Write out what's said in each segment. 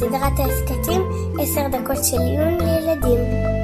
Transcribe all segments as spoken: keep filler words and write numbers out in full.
סדרת ההסכתים עשר דקות של עיון לילדים.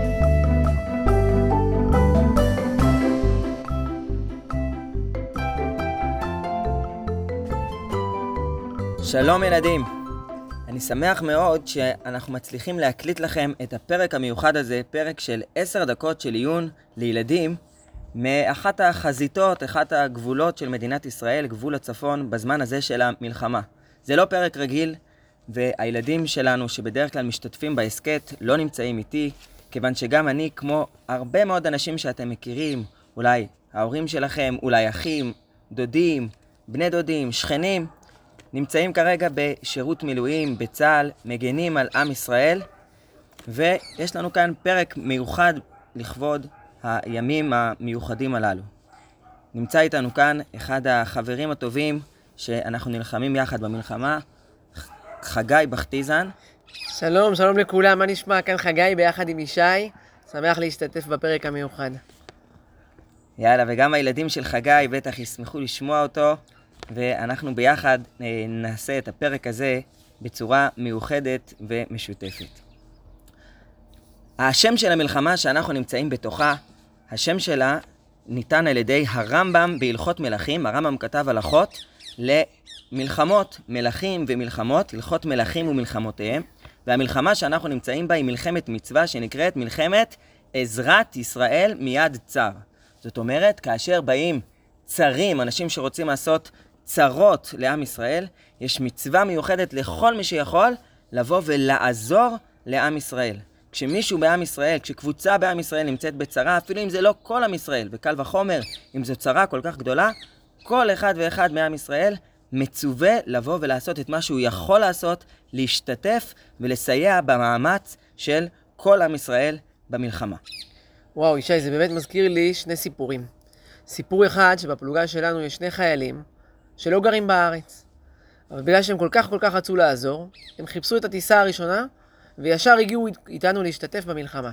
שלום ילדים, אני שמח מאוד שאנחנו מצליחים להקליט לכם את הפרק המיוחד הזה, פרק של עשר דקות של עיון לילדים, מאחת החזיתות, אחת הגבולות של מדינת ישראל, גבול הצפון, בזמן הזה של המלחמה. זה לא פרק רגיל, והילדים שלנו שבדרך כלל משתתפים בהסכת לא נמצאים איתי, כיוון שגם אני, כמו הרבה מאוד אנשים שאתם מכירים, אולי ההורים שלכם, אולי אחים, דודים, בני דודים, שכנים, נמצאים כרגע בשירות מילואים בצה"ל, מגנים על עם ישראל, ויש לנו כאן פרק מיוחד לכבוד הימים המיוחדים הללו. נמצא איתנו כאן אחד החברים הטובים שאנחנו נלחמים יחד במלחמה, חגי בכתיזן. שלום, שלום לכולם, מה נשמע? כאן חגי ביחד עם ישי, שמח להשתתף בפרק המיוחד. יאללה, וגם הילדים של חגי בטח ישמחו לשמוע אותו, ואנחנו ביחד נעשה את הפרק הזה בצורה מיוחדת ומשותפת. השם של המלחמה שאנחנו נמצאים בתוכה, השם שלה ניתן על ידי הרמב"ם בהלכות מלכים. הרמב"ם כתב הלכות למלחמות, מלכים ומלחמות, הלכות מלכים ומלחמותיהם, והמלחמה שאנחנו נמצאים בה היא מלחמת מצווה שנקראת מלחמת עזרת ישראל מיד צר. זאת אומרת, כאשר באים צרים, אנשים שרוצים לעשות צרות לעם ישראל, יש מצווה מיוחדת לכל מי שיכול לבוא ולעזור לעם ישראל. כשמישהו בעם ישראל, כשקבוצה בעם ישראל נמצאת בצרה, אפילו אם זה לא כל עם ישראל, וקל וחומר, אם זו צרה כל כך גדולה, כל אחד ואחד מעם ישראל מצווה לבוא ולעשות את מה שהוא יכול לעשות, להשתתף ולסייע במאמץ של כל עם ישראל במלחמה. וואו, ישי, זה באמת מזכיר לי שני סיפורים. סיפור אחד שבפלוגה שלנו יש שני חיילים שלא גרים בארץ, אבל בגלל שהם כל כך כל כך רצו לעזור, הם חיפשו את הטיסה הראשונה וישר הגיעו איתנו להשתתף במלחמה.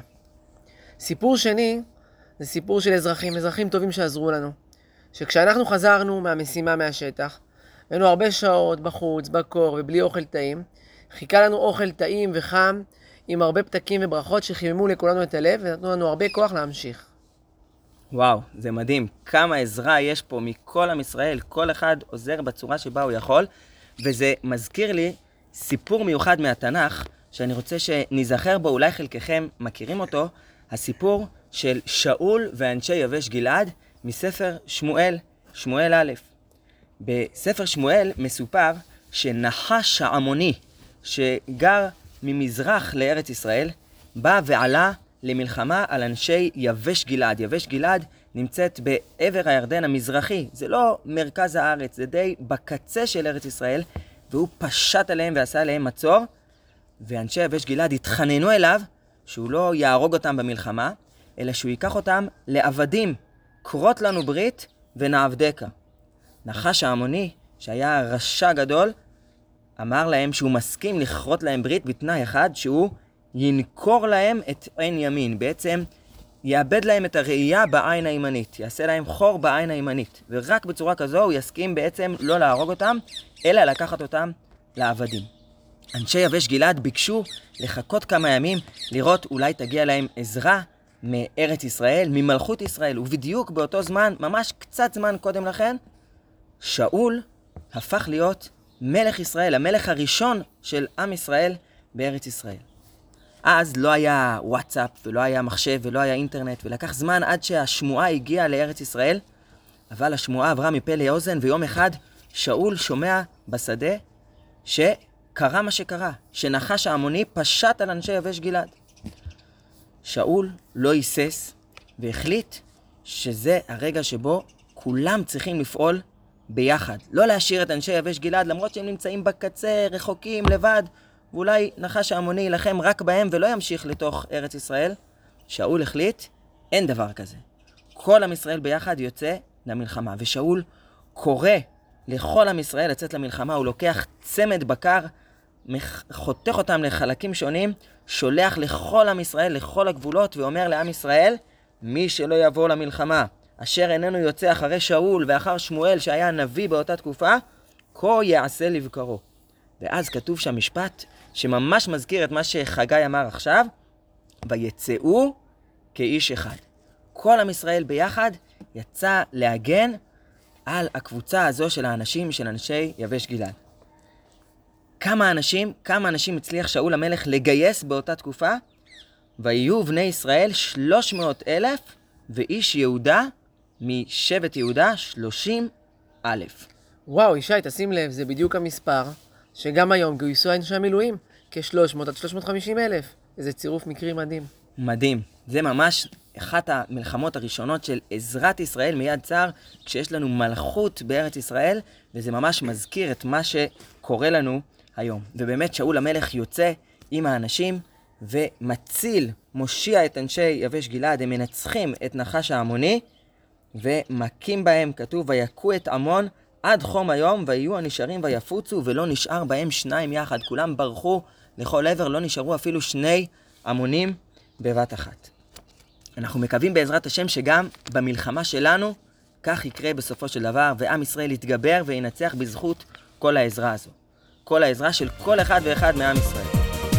סיפור שני זה סיפור של אזרחים, אזרחים טובים שעזרו לנו, שכשאנחנו חזרנו מהמשימה מהשטח, היינו הרבה שעות בחוץ, בקור ובלי אוכל טעים, חיכה לנו אוכל טעים וחם עם הרבה פתקים וברכות שחיממו לכולנו את הלב ונתנו לנו הרבה כוח להמשיך. וואו, זה מדהים. כמה עזרה יש פה מכל עם ישראל, כל אחד עוזר בצורה שבה הוא יכול, וזה מזכיר לי סיפור מיוחד מהתנ"ך, שאני רוצה שנזכר בו, אולי חלקכם מכירים אותו, הסיפור של שאול ואנשי יבש גלעד מספר שמואל, שמואל א'. בספר שמואל מסופר שנחש העמוני שגר ממזרח לארץ ישראל, בא ועלה למלחמה על אנשי יבש גלעד. יבש גלעד נמצאת בעבר הירדן המזרחי, זה לא מרכז הארץ, זה די בקצה של ארץ ישראל, והוא פשט עליהם ועשה עליהם מצור, ואנשי יבש גלעד התחננו אליו שהוא לא יהרוג אותם במלחמה, אלא שהוא ייקח אותם לעבדים, כרות לנו ברית ונעבדך. נחש העמוני, שהיה רשע גדול, אמר להם שהוא מסכים לכרות להם ברית בתנאי אחד, שהוא ינקור להם את עין ימין, בעצם יאבד להם את הראייה בעין הימנית, יעשה להם חור בעין הימנית, ורק בצורה כזו הוא יסכים בעצם לא להרוג אותם, אלא לקחת אותם לעבדים. אנשי יבש גלעד ביקשו לחכות כמה ימים, לראות אולי תגיע להם עזרה מארץ ישראל, ממלכות ישראל, ובדיוק באותו זמן, ממש קצת זמן קודם לכן, שאול הפך להיות מלך ישראל, המלך הראשון של עם ישראל בארץ ישראל. אז לא היה וואטסאפ ולא היה מחשב ולא היה אינטרנט, ולקח זמן עד שהשמועה הגיעה לארץ ישראל, אבל השמועה עברה מפה לאוזן, ויום אחד שאול שומע בשדה שקרה מה שקרה, שנחש העמוני פשט על אנשי יבש גלעד. שאול לא היסס והחליט שזה הרגע שבו כולם צריכים לפעול ביחד. לא להשאיר את אנשי יבש גלעד, למרות שהם נמצאים בקצה, רחוקים, לבד, ואולי נחש העמוני ילחם רק בהם ולא ימשיך לתוך ארץ ישראל. שאול החליט, אין דבר כזה. כל עם ישראל ביחד יוצא למלחמה, ושאול קורא לכל עם ישראל לצאת למלחמה. הוא לוקח צמד בקר, חותך אותם לחלקים שונים, שולח לכל עם ישראל, לכל הגבולות, ואומר לעם ישראל, מי שלא יבוא למלחמה, אשר איננו יוצא אחרי שאול ואחר שמואל שהיה נביא באותה תקופה, כה יעשה לבקרו. ואז כתוב שם משפט שממש מזכיר את מה שחגי אמר עכשיו, ויצאו כאיש אחד. כל עם ישראל ביחד יצא להגן על הקבוצה הזו של האנשים, של אנשי יבש גלעד. כמה אנשים, כמה אנשים הצליח שאול המלך לגייס באותה תקופה? ויהיו בני ישראל שלוש מאות אלף, ואיש יהודה משבט יהודה שלושים אלף. וואו, ישי, תשים לב, זה בדיוק המספר שגם היום גויסו אנשי המילואים, כ-שלוש מאות עד שלוש מאות וחמישים אלף. איזה צירוף מקרי מדהים. מדהים. זה ממש אחת המלחמות הראשונות של עזרת ישראל מיד צר, כשיש לנו מלכות בארץ ישראל, וזה ממש מזכיר את מה שקורה לנו היום. ובאמת שאול המלך יוצא עם האנשים ומציל, מושיע את אנשי יבש גלעד, הם מנצחים את נחש העמוני ומכים בהם, כתוב ויכו את עמון עד חום היום, ויהיו הנשארים ויפוצו, ולא נשאר בהם שניים יחד, כולם ברחו לכל עבר, לא נשארו אפילו שני עמונים בבת אחת. אנחנו מקווים בעזרת השם שגם במלחמה שלנו כך יקרה בסופו של דבר, ועם ישראל יתגבר וינצח בזכות כל העזרה הזו. כל העזרה של כל אחד ואחד מעם ישראל.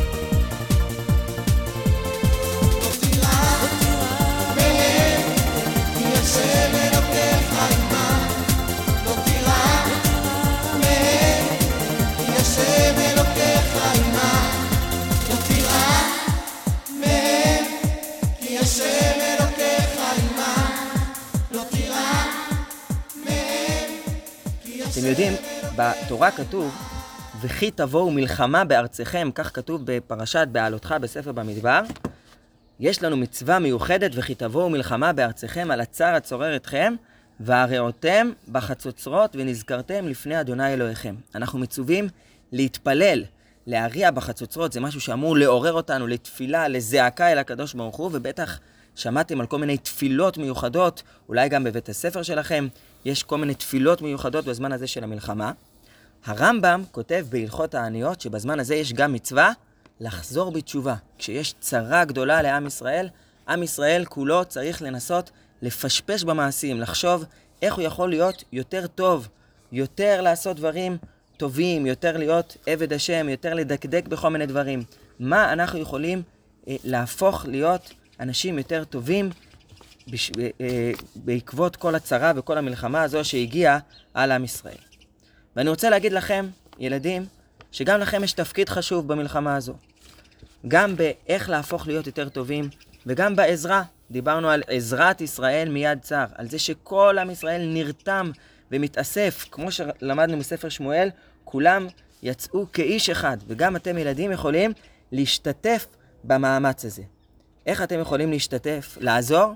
אתם יודעים, בתורה כתוב, וכי תבואו מלחמה בארצכם, כך כתוב בפרשת בעלותך בספר במדבר. יש לנו מצווה מיוחדת, וכי תבואו מלחמה בארצכם על הצר הצורר אתכם, והראותם בחצוצרות ונזכרתם לפני אדוני אלוהיכם. אנחנו מצווים להתפלל, להריע בחצוצרות, זה משהו שאמור לעורר אותנו לתפילה, לזעקה אל הקדוש ברוך הוא, ובטח שמעתם על כל מיני תפילות מיוחדות, אולי גם בבית הספר שלכם, יש כל מיני תפילות מיוחדות בזמן הזה של המלחמה. הרמב"ם כותב בהלכות העניות שבזמן הזה יש גם מצווה לחזור בתשובה. כשיש צרה גדולה לעם ישראל, עם ישראל כולו צריך לנסות לפשפש במעשים, לחשוב איך הוא יכול להיות יותר טוב, יותר לעשות דברים טובים, יותר להיות עבד השם, יותר לדקדק בכל מיני דברים. מה אנחנו יכולים אה, להפוך להיות אנשים יותר טובים בש... אה, בעקבות כל הצרה וכל המלחמה הזו שהגיעה על עם ישראל. ואני רוצה להגיד לכם, ילדים, שגם לכם יש תפקיד חשוב במלחמה הזו. גם באיך להפוך להיות יותר טובים, וגם בעזרה. דיברנו על עזרת ישראל מיד צר, על זה שכל עם ישראל נרתם ומתאסף, כמו שלמדנו מספר שמואל, כולם יצאו כאיש אחד, וגם אתם ילדים יכולים להשתתף במאמץ הזה. איך אתם יכולים להשתתף? לעזור?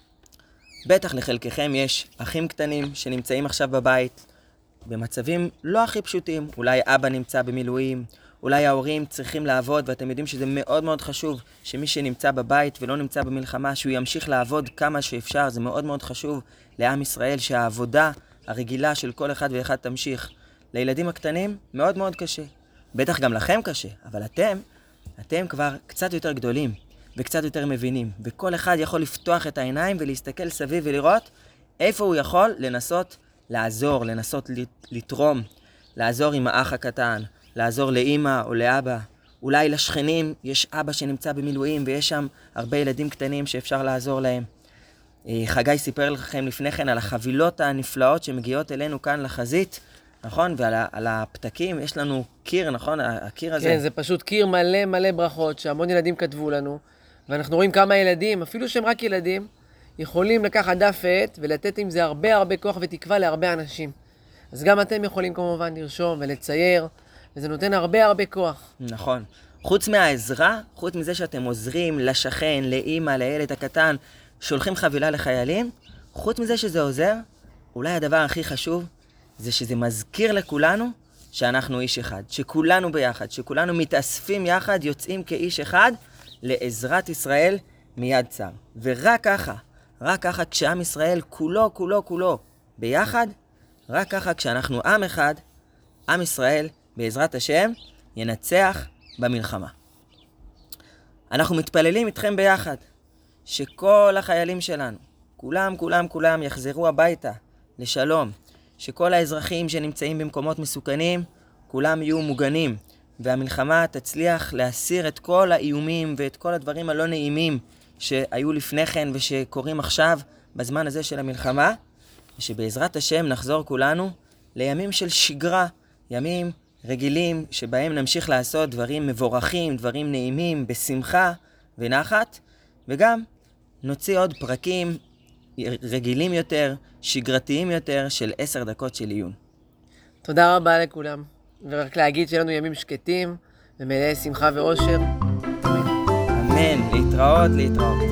בטח לחלקכם יש אחים קטנים שנמצאים עכשיו בבית, במצבים לא הכי פשוטים. אולי אבא נמצא במילואים, אולי ההורים צריכים לעבוד, ואתם יודעים שזה מאוד מאוד חשוב שמי שנמצא בבית ולא נמצא במלחמה, שהוא ימשיך לעבוד כמה שאפשר. זה מאוד מאוד חשוב לעם ישראל שהעבודה הרגילה של כל אחד ואחד תמשיך. לילדים הקטנים מאוד מאוד קשה. בטח גם לכם קשה, אבל אתם, אתם כבר קצת יותר גדולים וקצת יותר מבינים, וכל אחד יכול לפתוח את העיניים ולהסתכל סביב ולראות איפה הוא יכול לנסות לעזור, לנסות לתרום, לעזור עם האח הקטן, לעזור לאמא או לאבא. אולי לשכנים יש אבא שנמצא במילואים ויש שם הרבה ילדים קטנים שאפשר לעזור להם. חגי סיפר לכם לפני כן על החבילות הנפלאות שמגיעות אלינו כאן לחזית, נכון? ועל על הפתקים, יש לנו קיר, נכון? הקיר הזה. כן, זה פשוט קיר מלא מלא ברכות שהמון ילדים כתבו לנו, ואנחנו רואים כמה ילדים, אפילו שהם רק ילדים, יכולים לקחת דף ועט ולתת עם זה הרבה הרבה כוח ותקווה להרבה אנשים. אז גם אתם יכולים כמובן לרשום ולצייר, וזה נותן הרבה הרבה כוח. נכון. חוץ מהעזרה, חוץ מזה שאתם עוזרים לשכן, לאמא, לילד הקטן, שולחים חבילה לחיילים, חוץ מזה שזה עוזר, אולי הדבר הכי חשוב זה שזה מזכיר לכולנו שאנחנו איש אחד, שכולנו ביחד, שכולנו מתאספים יחד, יוצאים כאיש אחד לעזרת ישראל מיד צר. ורק ככה, רק ככה כשעם ישראל כולו, כולו, כולו ביחד, רק ככה כשאנחנו עם אחד, עם ישראל בעזרת השם ינצח במלחמה. אנחנו מתפללים איתכם ביחד, שכל החיילים שלנו, כולם, כולם, כולם יחזרו הביתה לשלום, שכל האזרחים שנמצאים במקומות מסוכנים, כולם יהיו מוגנים, והמלחמה תצליח להסיר את כל האיומים ואת כל הדברים הלא נעימים שהיו לפני כן ושקורים עכשיו בזמן הזה של המלחמה, ושבעזרת השם נחזור כולנו לימים של שגרה, ימים רגילים שבהם נמשיך לעשות דברים מבורכים, דברים נעימים, בשמחה ונחת, וגם נוציא עוד פרקים רגילים יותר, שגרתיים יותר של עשר דקות של עיון. תודה רבה לכולם, ורק להגיד שיהיה לנו ימים שקטים ומלאי שמחה ואושר. אמן, להתראות, להתראות.